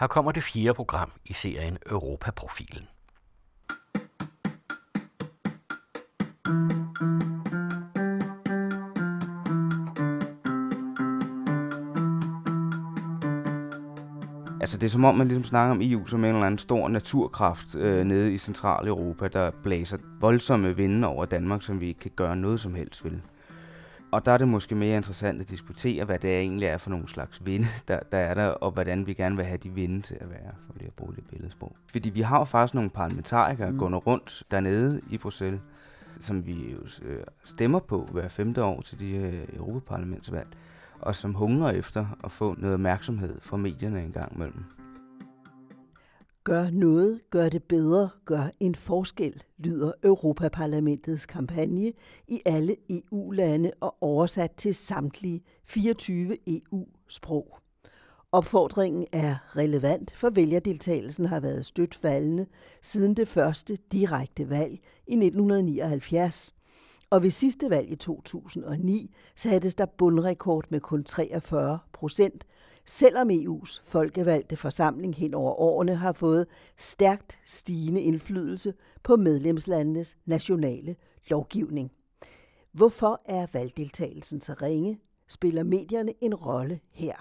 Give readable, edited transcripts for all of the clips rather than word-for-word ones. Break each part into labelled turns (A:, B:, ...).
A: Her kommer det 4. program i serien Europaprofilen.
B: Altså det er som om, man ligesom snakker om EU som en eller anden stor naturkraft nede i Centraleuropa, der blæser voldsomme vinde over Danmark, som vi ikke kan gøre noget som helst ved. Og der er det måske mere interessant at diskutere, hvad det egentlig er for nogle slags vinde, der er der, og hvordan vi gerne vil have de vinde til at være, for lige at bruge det billedsprog. Fordi vi har jo faktisk nogle parlamentarikere gående rundt dernede i Bruxelles, som vi jo stemmer på hver 5. år til de europaparlamentsvalg, og som hungrer efter at få noget opmærksomhed fra medierne en gang imellem.
C: Gør noget, gør det bedre, gør en forskel, lyder Europaparlamentets kampagne i alle EU-lande og oversat til samtlige 24 EU-sprog. Opfordringen er relevant, for vælgerdeltagelsen har været stødt faldende siden det første direkte valg i 1979. Og ved sidste valg i 2009 sattes der bundrekord med kun 43%, selvom EU's folkevalgte forsamling hen over årene har fået stærkt stigende indflydelse på medlemslandenes nationale lovgivning. Hvorfor er valgdeltagelsen så ringe? Spiller medierne en rolle her?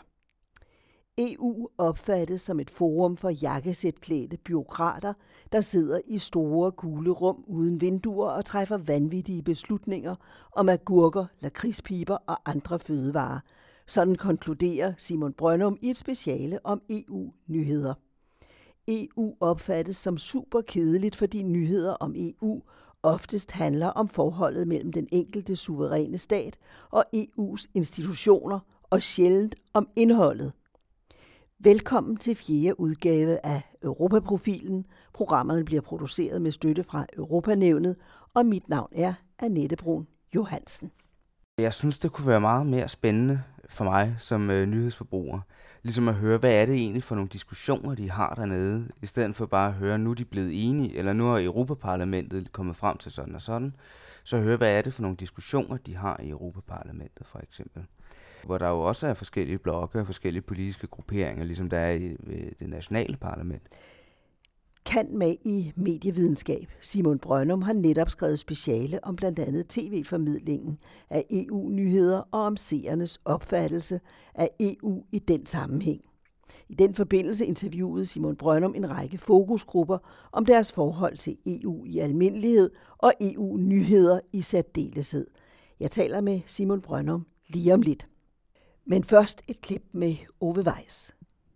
C: EU opfattes som et forum for jakkesætklædte bureaukrater, der sidder i store gule rum uden vinduer og træffer vanvittige beslutninger om agurker, lakridspiber og andre fødevarer. Sådan konkluderer Simon Brønnum i et speciale om EU-nyheder. EU opfattes som super kedeligt, fordi nyheder om EU oftest handler om forholdet mellem den enkelte suveræne stat og EU's institutioner, og sjældent om indholdet. Velkommen til 4. udgave af Europaprofilen. Programmet bliver produceret med støtte fra Europanævnet, og mit navn er Annette Brun Johansen.
B: Jeg synes, det kunne være meget mere spændende for mig som nyhedsforbruger, ligesom at høre, hvad er det egentlig for nogle diskussioner, de har dernede, i stedet for bare at høre, nu er de blevet enige, eller nu er Europaparlamentet kommet frem til sådan og sådan, så høre, hvad er det for nogle diskussioner, de har i Europaparlamentet for eksempel. Hvor der jo også er forskellige blokke og forskellige politiske grupperinger, ligesom der er i det nationale parlament.
C: Cand. Mag. i medievidenskab Simon Brønnum har netop skrevet speciale om blandt andet tv-formidlingen af EU-nyheder og om seernes opfattelse af EU i den sammenhæng. I den forbindelse interviewede Simon Brønnum en række fokusgrupper om deres forhold til EU i almindelighed og EU-nyheder i særdeleshed. Jeg taler med Simon Brønnum lige om lidt. Men først et klip med Ove Weiss.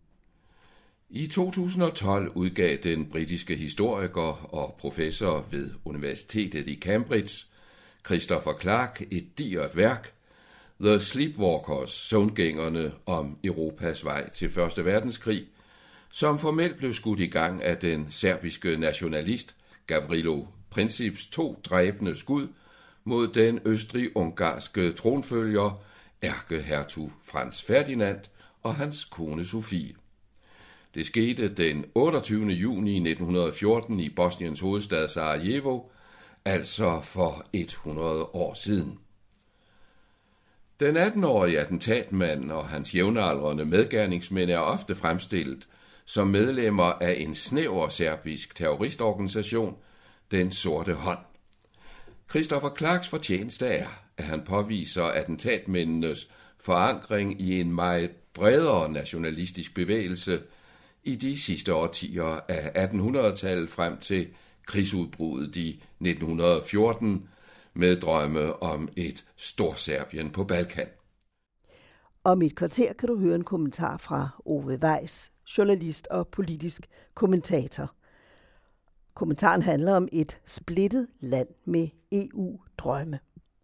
D: I 2012 udgav den britiske historiker og professor ved Universitetet i Cambridge, Christopher Clark, et digert værk, The Sleepwalkers, søvngængerne om Europas vej til 1. verdenskrig, som formelt blev skudt i gang af den serbiske nationalist Gavrilo Princips 2 dræbende skud mod den østrig-ungarske tronfølger ærkehertug Franz Ferdinand og hans kone Sofie. Det skete den 28. juni 1914 i Bosniens hovedstad Sarajevo, altså for 100 år siden. Den 18-årige attentatmand og hans jævnaldrende medgerningsmænd er ofte fremstillet som medlemmer af en snæver serbisk terroristorganisation, Den Sorte Hånd. Christopher Clarks fortjeneste er, at han påviser attentatmændenes forankring i en meget bredere nationalistisk bevægelse i de sidste årtier af 1800-tallet frem til krigsudbruddet i 1914 med drømme om et Storserbien på Balkan.
C: Om et kvarter kan du høre en kommentar fra Ove Weiss, journalist og politisk kommentator. Kommentaren handler om et splittet land med EU-drømme.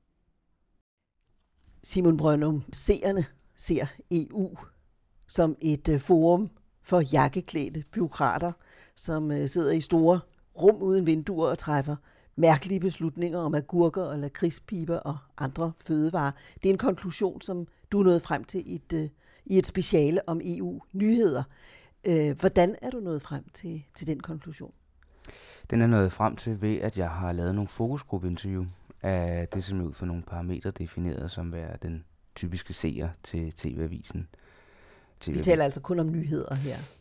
C: Simon Brønnum, seerne ser EU som et forum for jakkeklædte bureaukrater, som sidder i store rum uden vinduer og træffer mærkelige beslutninger om agurker og lakridspiber og andre fødevarer. Det er en konklusion, som du er nået frem til i et speciale om EU-nyheder. Hvordan er du nået frem til den konklusion?
B: Den er nået frem til ved, at jeg har lavet nogle fokusgruppeinterview af det, som er ud for nogle parametre defineret som være den typiske seer til TV-avisen.
C: Vi taler altså kun om nyheder her.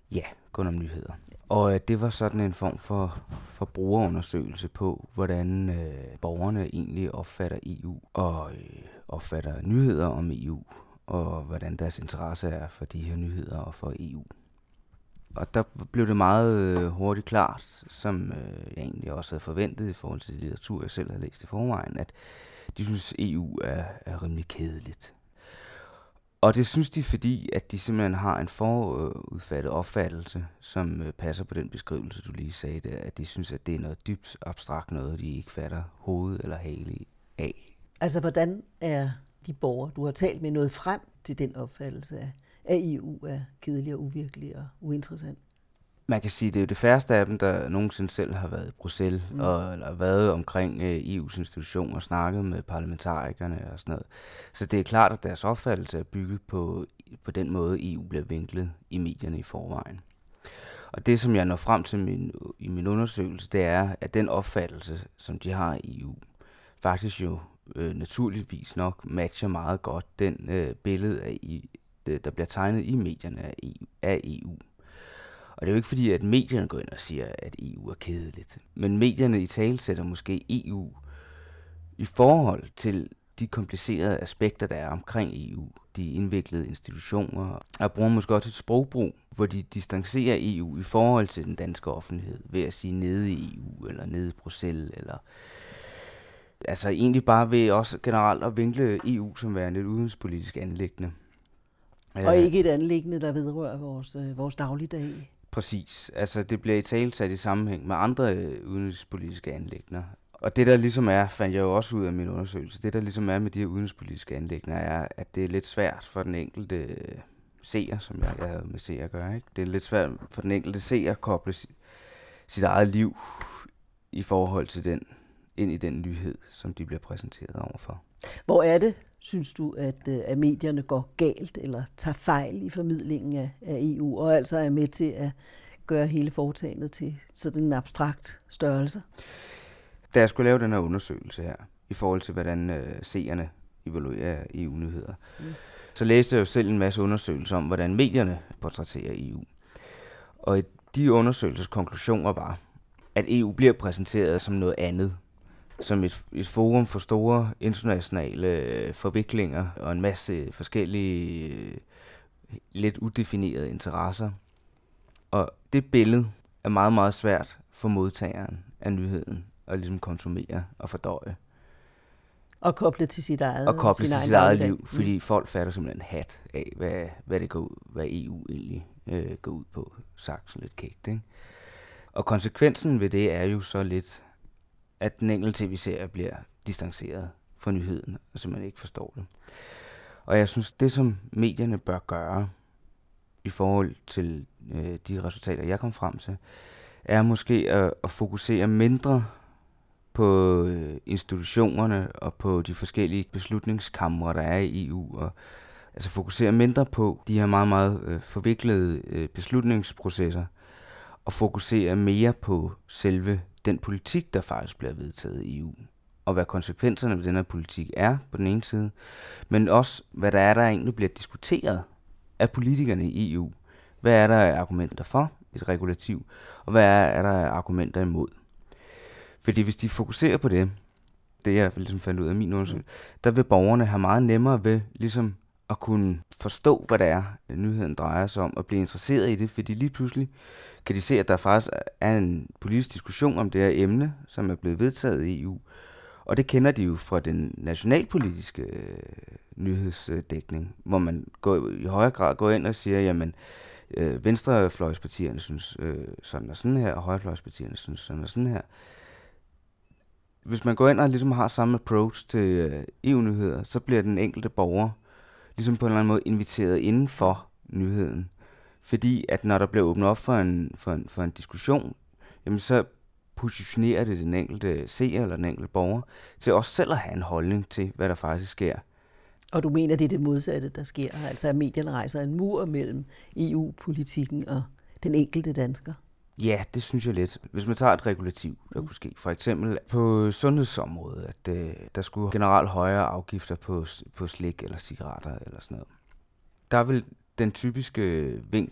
B: Ja, kun om nyheder. Og det var sådan en form for brugerundersøgelse på, hvordan borgerne egentlig opfatter EU og opfatter nyheder om EU, og hvordan deres interesse er for de her nyheder og for EU. Og der blev det meget hurtigt klart, som jeg egentlig også havde forventet i forhold til litteratur, jeg selv havde læst i forvejen, at de synes, EU er rimelig kedeligt. Og det synes de, fordi at de simpelthen har en forudfattet opfattelse, som passer på den beskrivelse, du lige sagde der, at de synes, at det er noget dybt abstrakt noget, de ikke fatter hoved eller hale af.
C: Altså, hvordan er de borgere, du har talt med, nået frem til den opfattelse af EU er kedelig og uvirkelig og uinteressant?
B: Man kan sige, at det er jo det færreste af dem, der nogensinde selv har været i Bruxelles, eller været omkring EU's institutioner og snakket med parlamentarikerne og sådan noget. Så det er klart, at deres opfattelse er bygget på den måde, EU bliver vinklet i medierne i forvejen. Og det, som jeg når frem til i min undersøgelse, det er, at den opfattelse, som de har i EU, faktisk jo naturligvis nok matcher meget godt den billede, der bliver tegnet i medierne af EU. Og det er jo ikke fordi, at medierne går ind og siger, at EU er kedeligt. Men medierne italesætter måske EU i forhold til de komplicerede aspekter, der er omkring EU. De indviklede institutioner. Og bruger måske også et sprogbrug, hvor de distancerer EU i forhold til den danske offentlighed. Ved at sige nede i EU, eller nede i Bruxelles, eller... Altså egentlig bare ved også generelt at vinkle EU som værende et udenrigspolitisk anliggende.
C: Og ikke et anliggende, der vedrører vores dagligdag.
B: Præcis. Altså det bliver italesat i sammenhæng med andre udenrigspolitiske anliggender. Og det der ligesom er, fandt jeg jo også ud af min undersøgelse, det der ligesom er med de her udenrigspolitiske anliggender, er, at det er lidt svært for den enkelte seer, som jeg havde med seer at gøre, ikke? Det er lidt svært for den enkelte seer at koble sit eget liv i forhold til ind i den nyhed, som de bliver præsenteret overfor.
C: Hvor er det, synes du, at medierne går galt eller tager fejl i formidlingen af EU, og altså er med til at gøre hele foretagendet til sådan en abstrakt størrelse?
B: Da jeg skulle lave den her undersøgelse her, i forhold til hvordan seerne evaluerer EU-nyheder, så læste jeg jo selv en masse undersøgelser om, hvordan medierne portrætterer EU. Og de undersøgelses konklusioner var, at EU bliver præsenteret som noget andet, som et forum for store internationale forviklinger og en masse forskellige lidt udefinerede interesser. Og det billede er meget, meget svært for modtageren af nyheden at ligesom konsumere og fordøje.
C: Og koble til sit eget,
B: og koble til sit eget liv, fordi folk fatter simpelthen hat af, hvad EU egentlig går ud på, sagt så lidt kægt, ikke? Og konsekvensen ved det er jo så lidt, at den enkelte tv-serie bliver distanceret fra nyheden, og simpelthen ikke forstår det. Og jeg synes, det som medierne bør gøre i forhold til de resultater, jeg kom frem til, er måske at fokusere mindre på institutionerne og på de forskellige beslutningskamre, der er i EU, og altså fokusere mindre på de her meget, meget forviklede beslutningsprocesser, og fokusere mere på selve den politik, der faktisk bliver vedtaget i EU, og hvad konsekvenserne ved den her politik er på den ene side, men også hvad der egentlig bliver diskuteret af politikerne i EU. Hvad er der af argumenter for et regulativ, og hvad er der af argumenter imod? Fordi hvis de fokuserer på det jeg ligesom fandt ud af min undersøgelse, der vil borgerne have meget nemmere ved ligesom at kunne forstå, hvad det er, nyheden drejer sig om, og blive interesseret i det, fordi lige pludselig kan de se, at der faktisk er en politisk diskussion om det her emne, som er blevet vedtaget i EU. Og det kender de jo fra den nationalpolitiske nyhedsdækning, hvor man i højere grad går ind og siger, jamen, venstrefløjspartierne synes sådan og sådan her, og højrefløjspartierne synes sådan og sådan her. Hvis man går ind og ligesom har samme approach til EU-nyheder, så bliver den enkelte borger ligesom på en eller anden måde inviteret inden for nyheden. Fordi at når der bliver åbnet op for en diskussion, jamen så positionerer det den enkelte seer eller den enkelte borger til også selv at have en holdning til, hvad der faktisk sker.
C: Og du mener, det er det modsatte, der sker? Altså at medierne rejser en mur mellem EU-politikken og den enkelte dansker?
B: Ja, det synes jeg lidt. Hvis man tager et regulativ, der kunne ske. For eksempel på sundhedsområdet, at der skulle generelt højere afgifter på slik eller cigaretter eller sådan noget. Der vil den typiske vinkel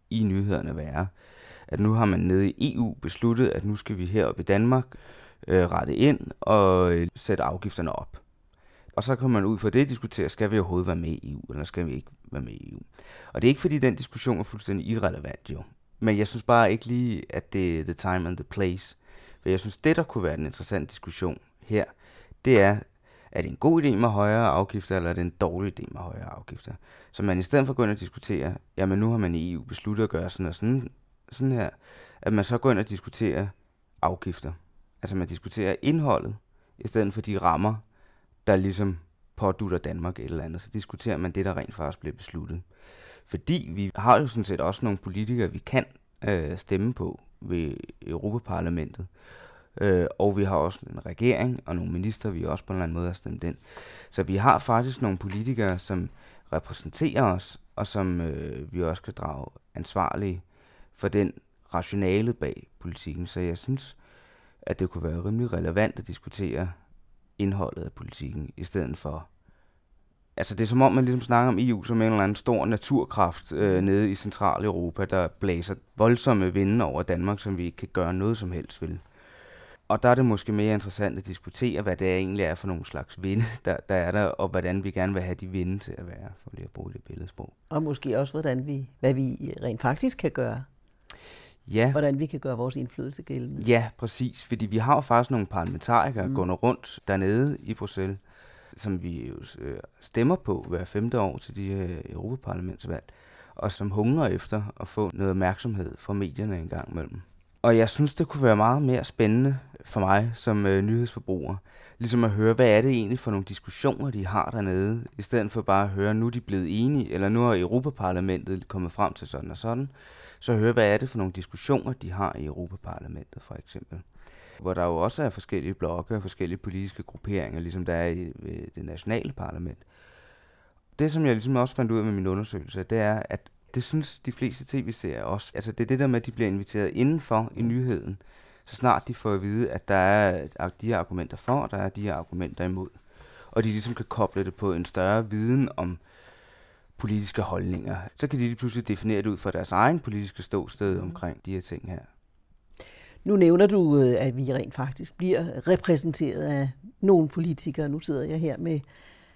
B: i nyhederne være, at nu har man nede i EU besluttet, at nu skal vi heroppe i Danmark rette ind og sætte afgifterne op. Og så kan man ud fra det diskutere, skal vi overhovedet være med i EU, eller skal vi ikke være med i EU. Og det er ikke fordi, den diskussion er fuldstændig irrelevant jo. Men jeg synes bare ikke lige, at det er the time and the place. For jeg synes, det der kunne være en interessant diskussion her, det er det en god idé med højere afgifter, eller er det en dårlig idé med højere afgifter? Så man i stedet for at gå ind og diskutere, jamen nu har man i EU besluttet at gøre sådan og sådan her, at man så går ind og diskuterer afgifter. Altså man diskuterer indholdet, i stedet for de rammer, der ligesom pådutter Danmark et eller andet. Så diskuterer man det, der rent faktisk bliver besluttet. Fordi vi har jo sådan set også nogle politikere, vi kan stemme på ved Europaparlamentet. Og vi har også en regering og nogle minister, vi også på en eller anden måde har stemt ind. Så vi har faktisk nogle politikere, som repræsenterer os, og som vi også kan drage ansvarlige for den rationale bag politikken. Så jeg synes, at det kunne være rimelig relevant at diskutere indholdet af politikken, i stedet for... Altså det er som om, man ligesom snakker om EU som en eller anden stor naturkraft nede i Centraleuropa, der blæser voldsomme vinde over Danmark, som vi ikke kan gøre noget som helst ved. Og der er det måske mere interessant at diskutere, hvad det egentlig er for nogle slags vinde, der er der, og hvordan vi gerne vil have de vinde til at være, for lige at bruge det billedsprog.
C: Og måske også, hvad vi rent faktisk kan gøre.
B: Ja.
C: Hvordan vi kan gøre vores indflydelse gældende.
B: Ja, præcis. Fordi vi har jo faktisk nogle parlamentarikere gående rundt dernede i Bruxelles, som vi jo stemmer på hver 5. år til de europaparlamentsvalg, og som hungrer efter at få noget opmærksomhed fra medierne en gang imellem. Og jeg synes, det kunne være meget mere spændende for mig som nyhedsforbruger, ligesom at høre, hvad er det egentlig for nogle diskussioner, de har dernede, i stedet for bare at høre, nu er de blevet enige, eller nu er Europaparlamentet kommet frem til sådan og sådan, så høre, hvad er det for nogle diskussioner, de har i Europaparlamentet for eksempel. Hvor der jo også er forskellige blokke og forskellige politiske grupperinger, ligesom der er i det nationale parlament. Det, som jeg ligesom også fandt ud af med min undersøgelse, det er, at det synes de fleste tv-serier også. Altså det er det der med, at de bliver inviteret indenfor i nyheden, så snart de får at vide, at der er de her argumenter for, og der er de her argumenter imod. Og de ligesom kan koble det på en større viden om politiske holdninger. Så kan de pludselig definere det ud fra deres egen politiske ståsted omkring de her ting her.
C: Nu nævner du, at vi rent faktisk bliver repræsenteret af nogle politikere. Nu sidder jeg her med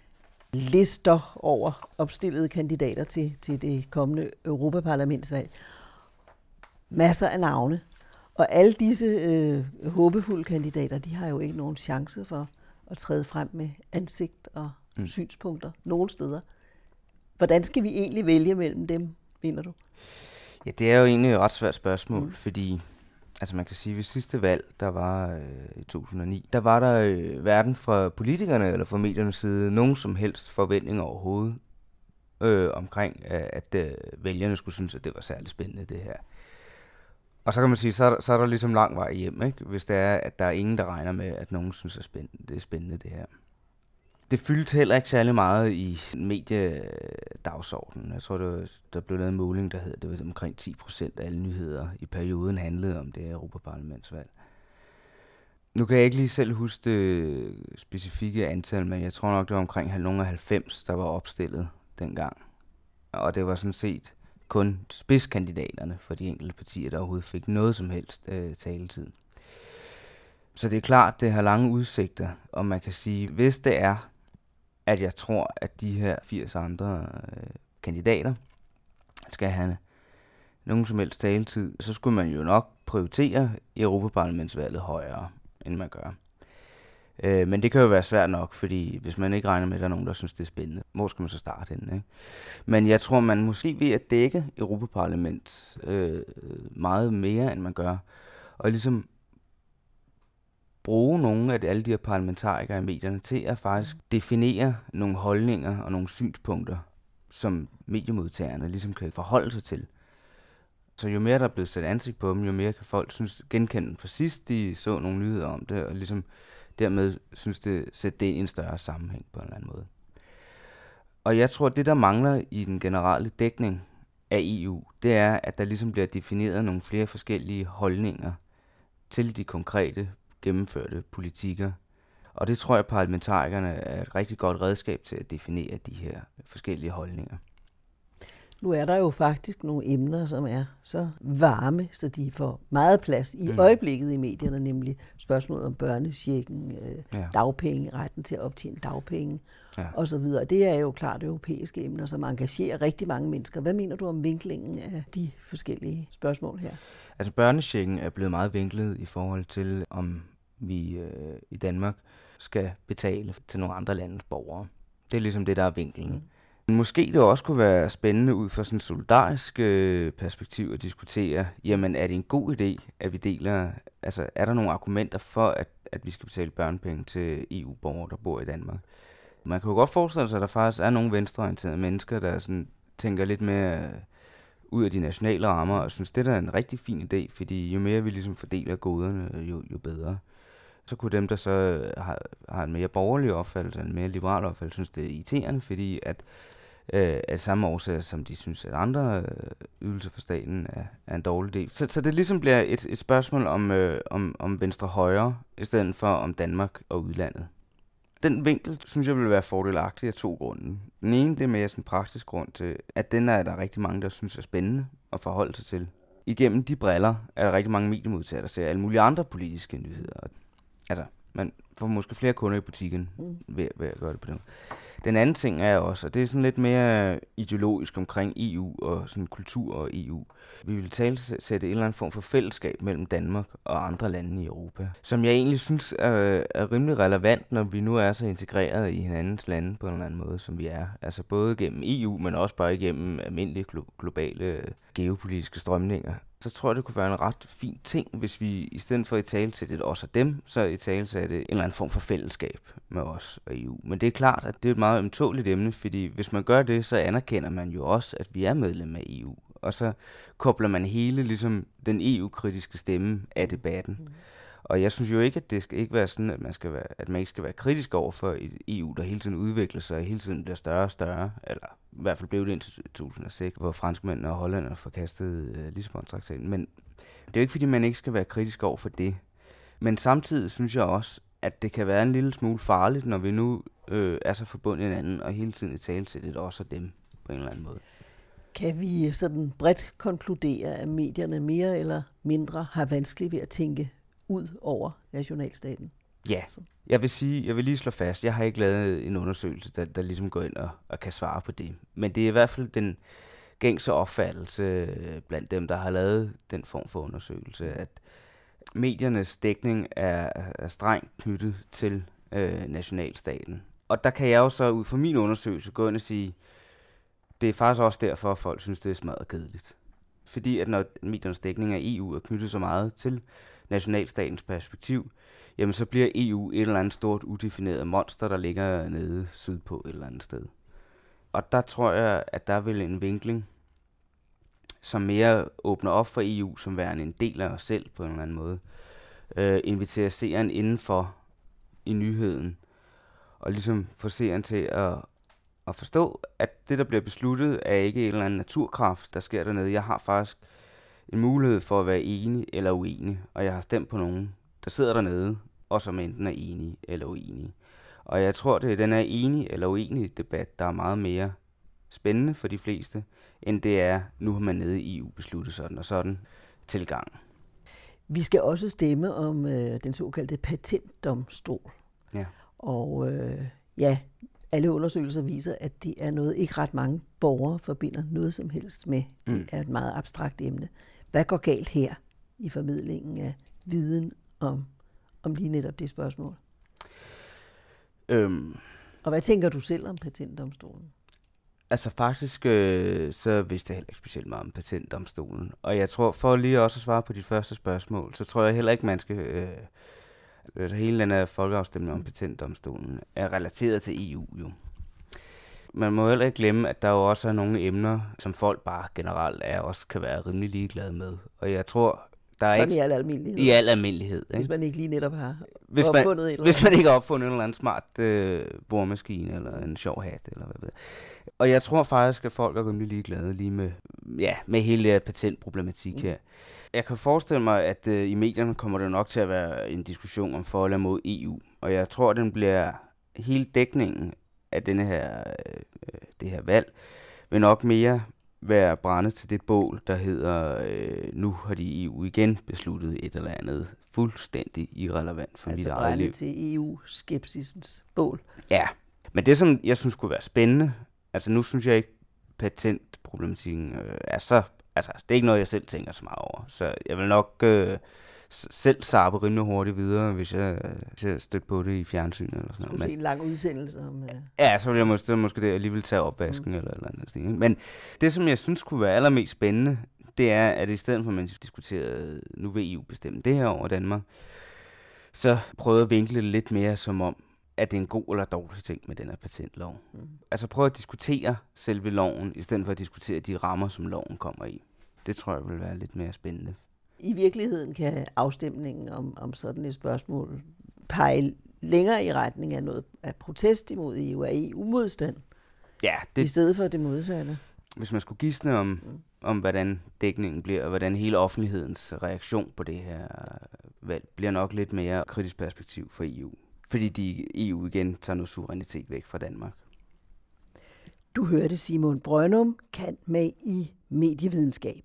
C: lister over opstillede kandidater til det kommende Europaparlamentsvalg. Masser af navne. Og alle disse håbefulde kandidater, de har jo ikke nogen chance for at træde frem med ansigt og synspunkter nogen steder. Hvordan skal vi egentlig vælge mellem dem, mener du?
B: Ja, det er jo egentlig et ret svært spørgsmål, fordi altså man kan sige, at ved sidste valg, der var i 2009, der var der hverken fra politikerne eller fra mediernes side nogen som helst forventninger overhovedet omkring, at vælgerne skulle synes, at det var særlig spændende det her. Og så kan man sige, så er der ligesom lang vej hjem, ikke? Hvis det er, at der er ingen, der regner med, at nogen synes, at det er spændende det her. Det fyldte heller ikke særlig meget i mediedagsordenen. Jeg tror, der blev lavet en måling, der hed, det var omkring 10% af alle nyheder i perioden handlede om det Europaparlamentsvalg. Nu kan jeg ikke lige selv huske det specifikke antal, men jeg tror nok, det var omkring nogle af 90, der var opstillet dengang. Og det var sådan set kun spidskandidaterne for de enkelte partier, der overhovedet fik noget som helst taletid. Så det er klart, det har lange udsigter, og man kan sige, hvis det er, at jeg tror, at de her 80 andre kandidater skal have nogen som helst taletid, så skulle man jo nok prioritere Europaparlamentsvalget højere, end man gør. Men det kan jo være svært nok, fordi hvis man ikke regner med, at der er nogen, der synes, det er spændende, hvor skal man så starte henne, ikke? Men jeg tror, man måske ved at dække Europaparlament meget mere, end man gør, og ligesom bruge nogle af alle de her parlamentarikere i medierne til at faktisk definere nogle holdninger og nogle synspunkter, som mediemodtagerne ligesom kan forholde sig til. Så jo mere der er blevet sat ansigt på dem, jo mere kan folk genkende dem. For sidst de så nogle nyheder om det, og ligesom dermed synes det sætte det i en større sammenhæng på en eller anden måde. Og jeg tror, at det der mangler i den generelle dækning af EU, det er, at der ligesom bliver defineret nogle flere forskellige holdninger til de konkrete gennemførte politikker. Og det tror jeg, parlamentarikerne er et rigtig godt redskab til at definere de her forskellige holdninger.
C: Nu er der jo faktisk nogle emner, som er så varme, så de får meget plads i øjeblikket i medierne, nemlig spørgsmålet om børnechecken, dagpenge, retten til at optjene dagpenge osv. Det er jo klart europæiske emner, som engagerer rigtig mange mennesker. Hvad mener du om vinklingen af de forskellige spørgsmål her?
B: Altså børnechecken er blevet meget vinklet i forhold til, om vi i Danmark skal betale til nogle andre landes borgere. Det er ligesom det, der er vinklen. Måske det også kunne være spændende ud fra sådan et solidarisk perspektiv at diskutere, jamen er det en god idé, at vi deler, altså er der nogle argumenter for, at vi skal betale børnepenge til EU-borgere, der bor i Danmark? Man kan jo godt forestille sig, at der faktisk er nogle venstreorienterede mennesker, der sådan tænker lidt mere ud af de nationale rammer, og synes, det der er en rigtig fin idé, fordi jo mere vi ligesom fordeler goderne, jo bedre. Så kunne dem, der så har en mere borgerlig opfattelse, en mere liberal opfattelse, synes, det er irriterende, fordi at samme årsag, som de synes, at andre ydelser for staten er en dårlig del. Så det ligesom bliver et spørgsmål om venstre-højre, i stedet for om Danmark og udlandet. Den vinkel, synes jeg, vil være fordelagtig af 2 grunde. Den ene, det er mere sådan en praktisk grund til, at den er der rigtig mange, der synes er spændende at forholde sig til. Igennem de briller er der rigtig mange mediemodtagere, der ser alle mulige andre politiske nyheder. Altså, man får måske flere kunder i butikken ved at gøre det på den. Den anden ting er også, og det er sådan lidt mere ideologisk omkring EU og sådan kultur og EU. Vi vil talsætte en eller anden form for fællesskab mellem Danmark og andre lande i Europa, som jeg egentlig synes er rimelig relevant, når vi nu er så integreret i hinandens lande på en eller anden måde, som vi er. Altså både gennem EU, men også bare igennem almindelige globale geopolitiske strømninger. Så tror jeg, det kunne være en ret fin ting, hvis vi i stedet for at italesætte et os og dem, så italesætte en eller anden form for fællesskab med os og EU. Men det er klart, at det er et meget ømtåligt emne, fordi hvis man gør det, så anerkender man jo også, at vi er medlem af EU. Og så kobler man hele ligesom den EU-kritiske stemme af debatten. Og jeg synes jo ikke, at det skal ikke være sådan, at man ikke skal være kritisk over for et EU, der hele tiden udvikler sig og hele tiden bliver større og større. Eller i hvert fald blev det indtil 2006, hvor franskmændene og hollænderne forkastede Lisbon-traktaten. Men det er jo ikke, fordi man ikke skal være kritisk over for det. Men samtidig synes jeg også, at det kan være en lille smule farligt, når vi nu er så forbundet hinanden og hele tiden italesætter det også og dem på en eller anden måde.
C: Kan vi sådan bredt konkludere, at medierne mere eller mindre har vanskeligt ved at tænke ud over nationalstaten?
B: Ja, jeg vil lige slå fast, jeg har ikke lavet en undersøgelse, der ligesom går ind og kan svare på det. Men det er i hvert fald den gængse opfattelse blandt dem, der har lavet den form for undersøgelse, at mediernes dækning er strengt knyttet til nationalstaten. Og der kan jeg jo så ud fra min undersøgelse gå ind og sige, det er faktisk også derfor, at folk synes, det er smadret kedeligt. Fordi at når mediernes dækning af EU er knyttet så meget til nationalstatens perspektiv, jamen så bliver EU et eller andet stort udefineret monster, der ligger nede sydpå et eller andet sted. Og der tror jeg, at der vil en vinkling, som mere åbner op for EU, som værende en del af os selv på en eller anden måde, inviterer seeren indenfor i nyheden, og ligesom få seeren til at forstå, at det, der bliver besluttet, er ikke en eller anden naturkraft, der sker dernede. Jeg har faktisk en mulighed for at være enig eller uenig, og jeg har stemt på nogen, der sidder dernede, og som enten er enige eller uenige. Og jeg tror, det er den her enige eller uenige debat, der er meget mere spændende for de fleste, end det er, nu har man nede i EU besluttet sådan og sådan tilgang.
C: Vi skal også stemme om den såkaldte patentdomstol.
B: Ja.
C: Og alle undersøgelser viser, at det er noget, ikke ret mange borgere forbinder noget som helst med. Det er et meget abstrakt emne. Hvad går galt her i formidlingen af viden om lige netop det spørgsmål? Og hvad tænker du selv om patentdomstolen?
B: Altså faktisk, så vidste jeg heller ikke specielt meget om patentdomstolen. Og jeg tror, for lige også at svare på dit første spørgsmål, så tror jeg heller ikke, man skal... hele den her folkeafstemning om patentdomstolen er relateret til EU jo. Man må heller ikke glemme, at der jo også er nogle emner, som folk bare generelt også kan være rimelig ligeglade med. Og jeg tror, der er
C: sådan
B: ikke...
C: i al almindelighed.
B: I al almindelighed.
C: Hvis man ikke lige netop har
B: opfundet
C: et eller andet.
B: Hvis man ikke har opfundet en eller anden smart boremaskine eller en sjov hat eller hvad ved jeg. Og jeg tror faktisk, at folk er rimelig ligeglade lige med hele det her patentproblematik her. Jeg kan forestille mig, at i medierne kommer det nok til at være en diskussion om for eller mod EU. Og jeg tror, at den bliver hele dækningen af det her valg vil nok mere være brændet til det bål, der hedder, nu har de i EU igen besluttet et eller andet fuldstændig irrelevant for mit eget liv.
C: Altså brændet til EU-skepsisens bål.
B: Ja, men det som jeg synes kunne være spændende, altså nu synes jeg ikke, patentproblematikken er så, altså det er ikke noget, jeg selv tænker så meget over. Så jeg vil nok selv zappe rimelig hurtigt videre, hvis jeg støtter på det i fjernsynet eller sådan noget.
C: Skulle se en lang udsendelse om...
B: Ja, så vil jeg måske det alligevel tage opvasken eller andet sted. Men det, som jeg synes kunne være allermest spændende, det er, at i stedet for at man diskuterer, nu vil EU bestemme det her over Danmark, så prøvede at vinkle det lidt mere som om, at det er en god eller dårlig ting med den her patentlov. Altså prøve at diskutere selve loven, i stedet for at diskutere de rammer, som loven kommer i. Det tror jeg vil være lidt mere spændende.
C: I virkeligheden kan afstemningen om sådan et spørgsmål pege længere i retning af noget af protest imod EU, af EU-modstand,
B: ja,
C: i stedet for det modsatte.
B: Hvis man skulle gisne om, hvordan dækningen bliver, og hvordan hele offentlighedens reaktion på det her valg, bliver nok lidt mere kritisk perspektiv for EU. Fordi EU igen tager noget suverænitet væk fra Danmark.
C: Du hørte Simon Brønum, cand. Mag i medievidenskab.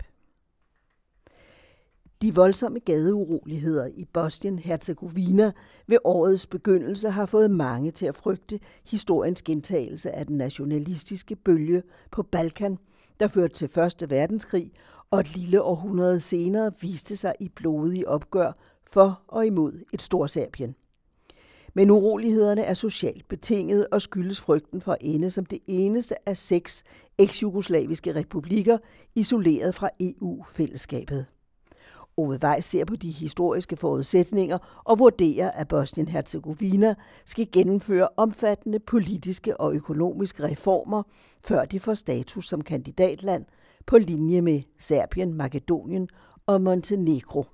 C: De voldsomme gadeuroligheder i Bosnien-Herzegovina ved årets begyndelse har fået mange til at frygte historiens gentagelse af den nationalistiske bølge på Balkan, der førte til Første Verdenskrig, og et lille århundrede senere viste sig i blodige opgør for og imod et Storserbien. Men urolighederne er socialt betinget og skyldes frygten for at ende som det eneste af 6 eks-jugoslaviske republikker isoleret fra EU-fællesskabet. Ove Weiss ser på de historiske forudsætninger og vurderer, at Bosnien-Herzegovina skal gennemføre omfattende politiske og økonomiske reformer, før de får status som kandidatland på linje med Serbien, Makedonien og Montenegro.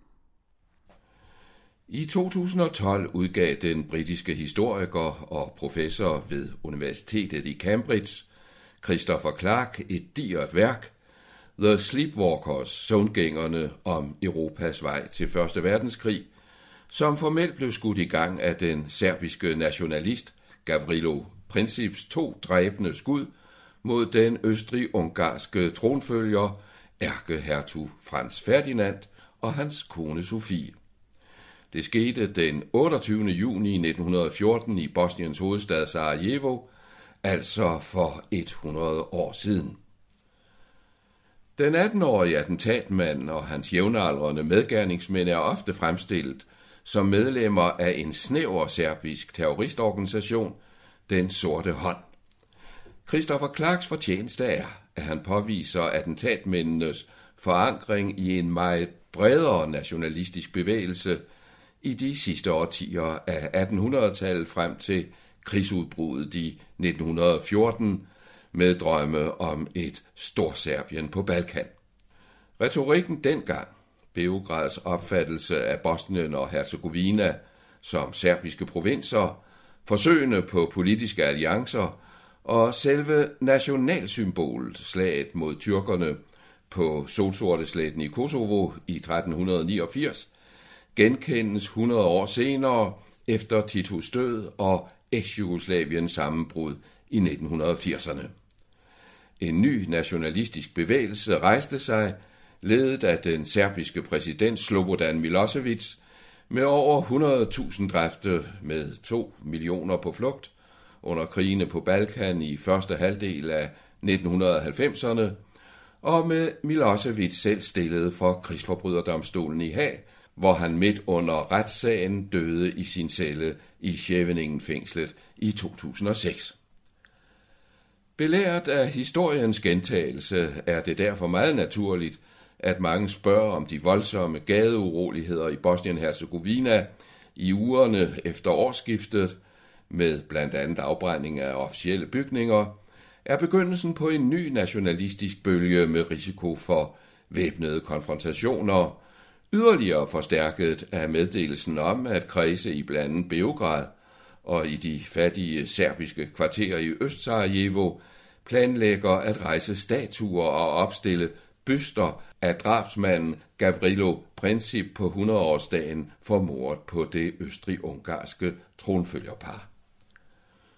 D: I 2012 udgav den britiske historiker og professor ved Universitetet i Cambridge, Christopher Clark, et digert værk, The Sleepwalkers, søvngængerne om Europas vej til Første Verdenskrig, som formelt blev skudt i gang af den serbiske nationalist Gavrilo Princips 2 dræbende skud mod den østrig-ungarske tronfølger, ærkehertug Franz Ferdinand og hans kone Sofie. Det skete den 28. juni 1914 i Bosniens hovedstad Sarajevo, altså for 100 år siden. Den 18-årige attentatmand og hans jævnaldrende medgerningsmænd er ofte fremstillet som medlemmer af en snæver serbisk terroristorganisation, Den Sorte Hånd. Christopher Clarks fortjeneste er, at han påviser attentatmændenes forankring i en meget bredere nationalistisk bevægelse i de sidste årtier af 1800-tallet frem til krigsudbruddet i 1914 med drømme om et Storserbien på Balkan. Retorikken dengang, Beograds opfattelse af Bosnien og Herzegovina som serbiske provinser, forsøgene på politiske alliancer og selve nationalsymbolet, slaget mod tyrkerne på Solsortesletten i Kosovo i 1389, genkendes 100 år senere efter Titos død og eks-Jugoslaviens sammenbrud i 1980'erne. En ny nationalistisk bevægelse rejste sig, ledet af den serbiske præsident Slobodan Milosevic, med over 100.000 dræbte med 2 millioner på flugt under krigene på Balkan i første halvdel af 1990'erne, og med Milosevic selv stillet for krigsforbryderdomstolen i Haag, hvor han midt under retssagen døde i sin celle i Scheveningen-fængslet i 2006. Belært af historiens gentagelse er det derfor meget naturligt, at mange spørger om de voldsomme gadeuroligheder i Bosnien-Herzegovina i ugerne efter årsskiftet, med blandt andet afbrænding af officielle bygninger, er begyndelsen på en ny nationalistisk bølge med risiko for væbnede konfrontationer, yderligere forstærket af meddelelsen om, at kredse i blandt andet Beograd og i de fattige serbiske kvarterer i Øst-Sarajevo planlægger at rejse statuer og opstille byster af drabsmanden Gavrilo Princip på 100-årsdagen for mordet på det østrig-ungarske tronfølgerpar.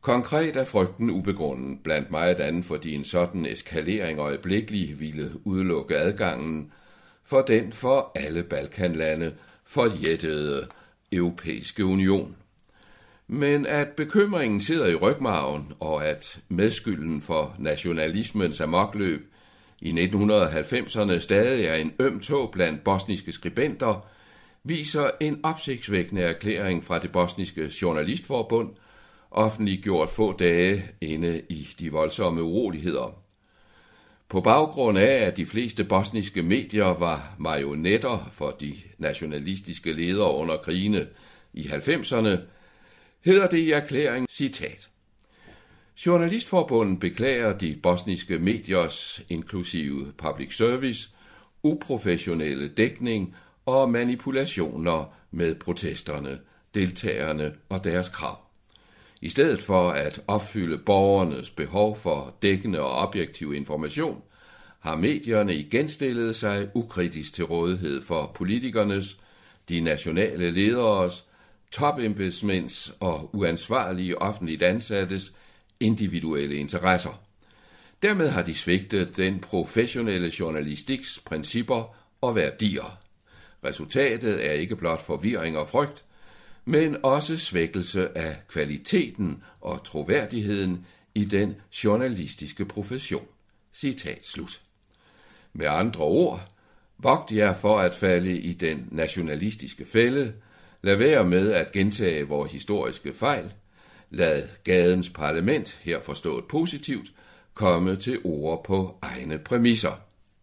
D: Konkret er frygten ubegrundet, blandt meget andet, fordi en sådan eskalering øjeblikkelig ville udelukke adgangen for den for alle Balkanlande forjættede Europæiske Union. Men at bekymringen sidder i rygmarven, og at medskylden for nationalismens amokløb i 1990'erne stadig er en øm tå blandt bosniske skribenter, viser en opsigtsvækkende erklæring fra det bosniske journalistforbund, offentliggjort få dage inde i de voldsomme uroligheder. På baggrund af, at de fleste bosniske medier var marionetter for de nationalistiske ledere under krigene i 90'erne, hedder det i erklæringen, citat: Journalistforbundet beklager de bosniske mediers, inklusive public service, uprofessionelle dækning og manipulationer med protesterne, deltagerne og deres krav. I stedet for at opfylde borgernes behov for dækkende og objektiv information, har medierne igen stillet sig ukritisk til rådighed for politikernes, de nationale lederes, topembedsmænds og uansvarlige offentligt ansattes individuelle interesser. Dermed har de svigtet den professionelle journalistiks principper og værdier. Resultatet er ikke blot forvirring og frygt, men også svækkelse af kvaliteten og troværdigheden i den journalistiske profession. Citat slut. Med andre ord, vogt jer for at falde i den nationalistiske fælde, lad være med at gentage vores historiske fejl, lad gadens parlament, her forstået positivt, komme til ord på egne præmisser.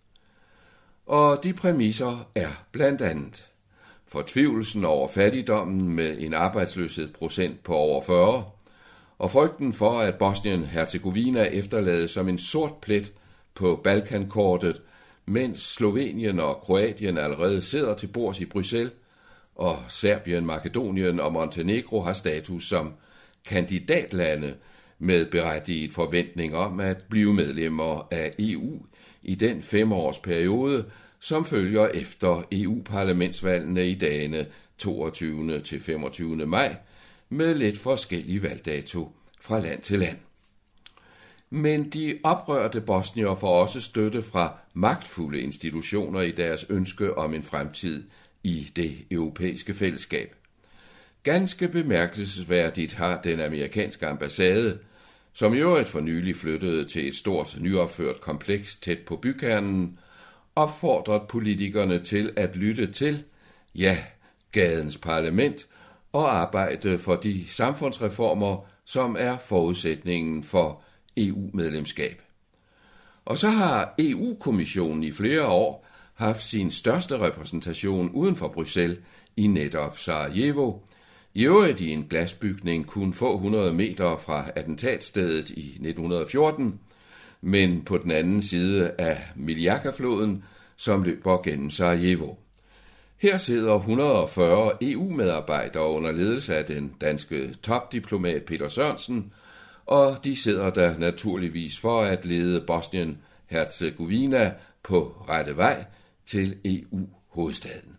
D: Og de præmisser er blandt andet fortvivlelsen over fattigdommen med en arbejdsløshedsprocent på over 40, og frygten for, at Bosnien-Herzegovina efterlades som en sort plet på Balkankortet, mens Slovenien og Kroatien allerede sidder til bords i Bruxelles, og Serbien, Makedonien og Montenegro har status som kandidatlande med berettiget forventning om at blive medlemmer af EU i den 5-årsperiode, som følger efter EU-parlamentsvalgene i dagene 22. til 25. maj med lidt forskellige valgdato fra land til land. Men de oprørte bosniere får også støtte fra magtfulde institutioner i deres ønske om en fremtid i det europæiske fællesskab. Ganske bemærkelsesværdigt har den amerikanske ambassade, som i øvrigt for nylig flyttede til et stort nyopført kompleks tæt på bykernen, opfordret politikerne til at lytte til, gadens parlament og arbejde for de samfundsreformer, som er forudsætningen for EU-medlemskab. Og så har EU-kommissionen i flere år haft sin største repræsentation uden for Bruxelles i netop Sarajevo, i øvrigt i en glasbygning kun få 100 meter fra attentatstedet i 1914, men på den anden side af Miljaka-floden, som løber gennem Sarajevo. Her sidder 140 EU-medarbejdere under ledelse af den danske topdiplomat Peter Sørensen, og de sidder der naturligvis for at lede Bosnien-Herzegovina på rette vej til EU-hovedstaden.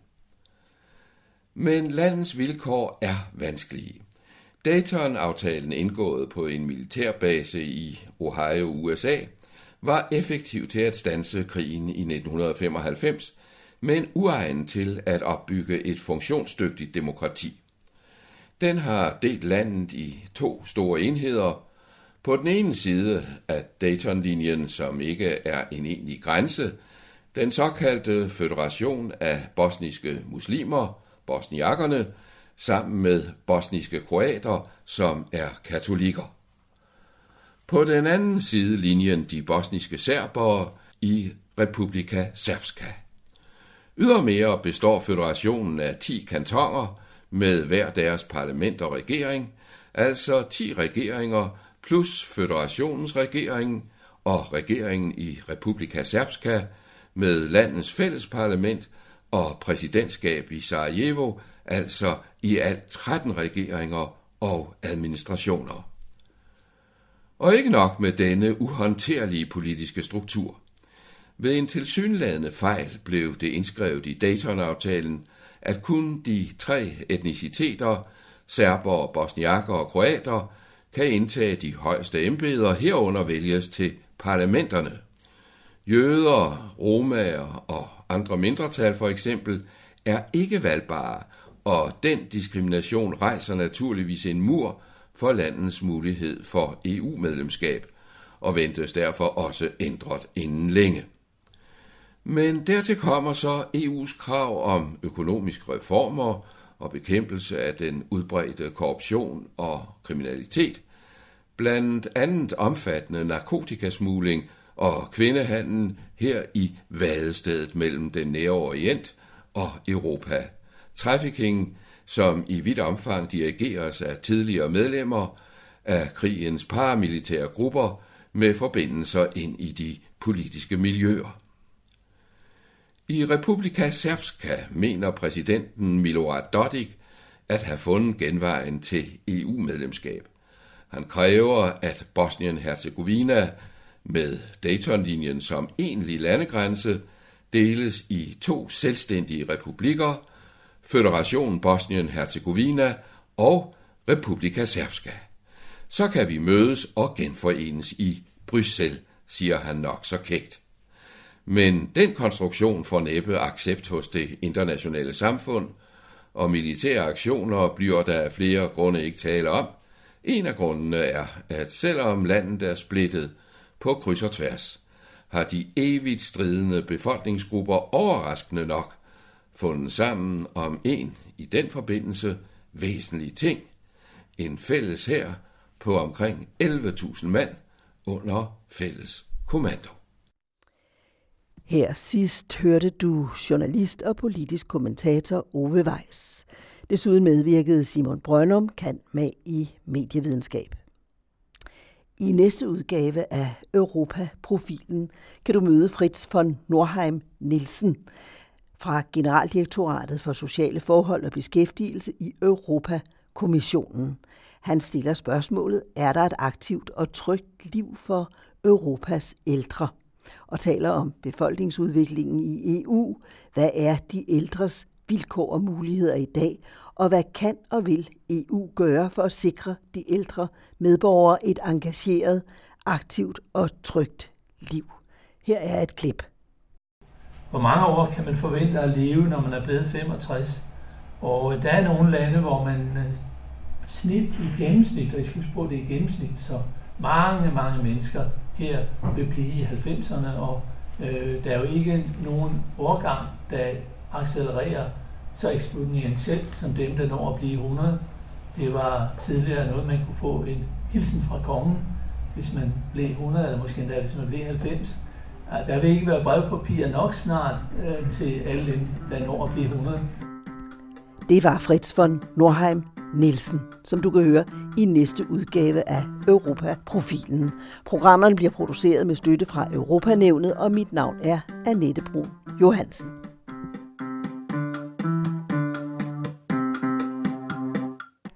D: Men landets vilkår er vanskelige. Dayton-aftalen indgået på en militærbase i Ohio, USA, var effektiv til at standse krigen i 1995, men uegnet til at opbygge et funktionsdygtigt demokrati. Den har delt landet i 2 store enheder. På den ene side af Dayton-linjen, som ikke er en egentlig grænse, den såkaldte Føderation af bosniske muslimer, bosniakerne, sammen med bosniske kroater, som er katolikker. På den anden side linjen de bosniske serbere i Republika Srpska. Ydermere består føderationen af 10 kantoner med hver deres parlament og regering, altså 10 regeringer plus føderationens regering og regeringen i Republika Srpska med landets fællesparlament og præsidentskab i Sarajevo, altså i alt 13 regeringer og administrationer. Og ikke nok med denne uhåndterlige politiske struktur. Ved en tilsyneladende fejl blev det indskrevet i Dayton-aftalen, at kun de 3 etniciteter, serbere, bosniakker og kroater, kan indtage de højeste embeder, herunder vælges til parlamenterne. Jøder, romaer og andre mindretal for eksempel er ikke valgbare, og den diskrimination rejser naturligvis en mur for landets mulighed for EU-medlemskab, og ventes derfor også ændret inden længe. Men dertil kommer så EU's krav om økonomiske reformer og bekæmpelse af den udbredte korruption og kriminalitet, blandt andet omfattende narkotikasmugling og kvindehandel her i vadestedet mellem den nære orient og Europa. Trafficking, som i vidt omfang dirigeres af tidligere medlemmer af krigens paramilitære grupper med forbindelser ind i de politiske miljøer. I Republika Srpska mener præsidenten Milorad Dodik at have fundet genvejen til EU-medlemskab. Han kræver, at Bosnien-Hercegovina med Dayton-linjen som egentlig landegrænse deles i 2 selvstændige republikker, Føderationen Bosnien-Hercegovina og Republika Srpska. Så kan vi mødes og genforenes i Bruxelles, siger han nok så kægt. Men den konstruktion får næppe accept hos det internationale samfund, og militære aktioner bliver der af flere grunde ikke tale om. En af grundene er, at selvom landet er splittet på kryds og tværs, har de evigt stridende befolkningsgrupper overraskende nok fundet sammen om en i den forbindelse væsentlig ting, en fælles hær på omkring 11.000 mand under fælles kommando.
C: Her sidst hørte du journalist og politisk kommentator Ove Weiss. Desuden medvirkede Simon Brønum, cand. Mag i medievidenskab. I næste udgave af Europa-profilen kan du møde Fritz von Norheim Nielsen fra Generaldirektoratet for Sociale Forhold og Beskæftigelse i Europakommissionen. Han stiller spørgsmålet, er der et aktivt og trygt liv for Europas ældre? Og taler om befolkningsudviklingen i EU, hvad er de ældres vilkår og muligheder i dag, og hvad kan og vil EU gøre for at sikre de ældre medborgere et engageret, aktivt og trygt liv. Her er et klip.
E: Hvor mange år kan man forvente at leve, når man er blevet 65? Og der er nogle lande, hvor man i gennemsnit, og jeg skal huske på det i gennemsnit, så mange mennesker her vil blive i 90'erne, og der er jo ikke nogen årgang, der accelererer så eksponentielt som dem, der når at blive 100. Det var tidligere noget, man kunne få en hilsen fra kongen, hvis man blev 100, eller måske endda, hvis man blev 90. Der vil ikke være brevpapir nok snart til alle dem, der når at blive 100.
C: Det var Fritz von Norheim Nielsen, som du kan høre i næste udgave af Europa-profilen. Programmerne bliver produceret med støtte fra Europanævnet, og mit navn er Annette Brun Johansen.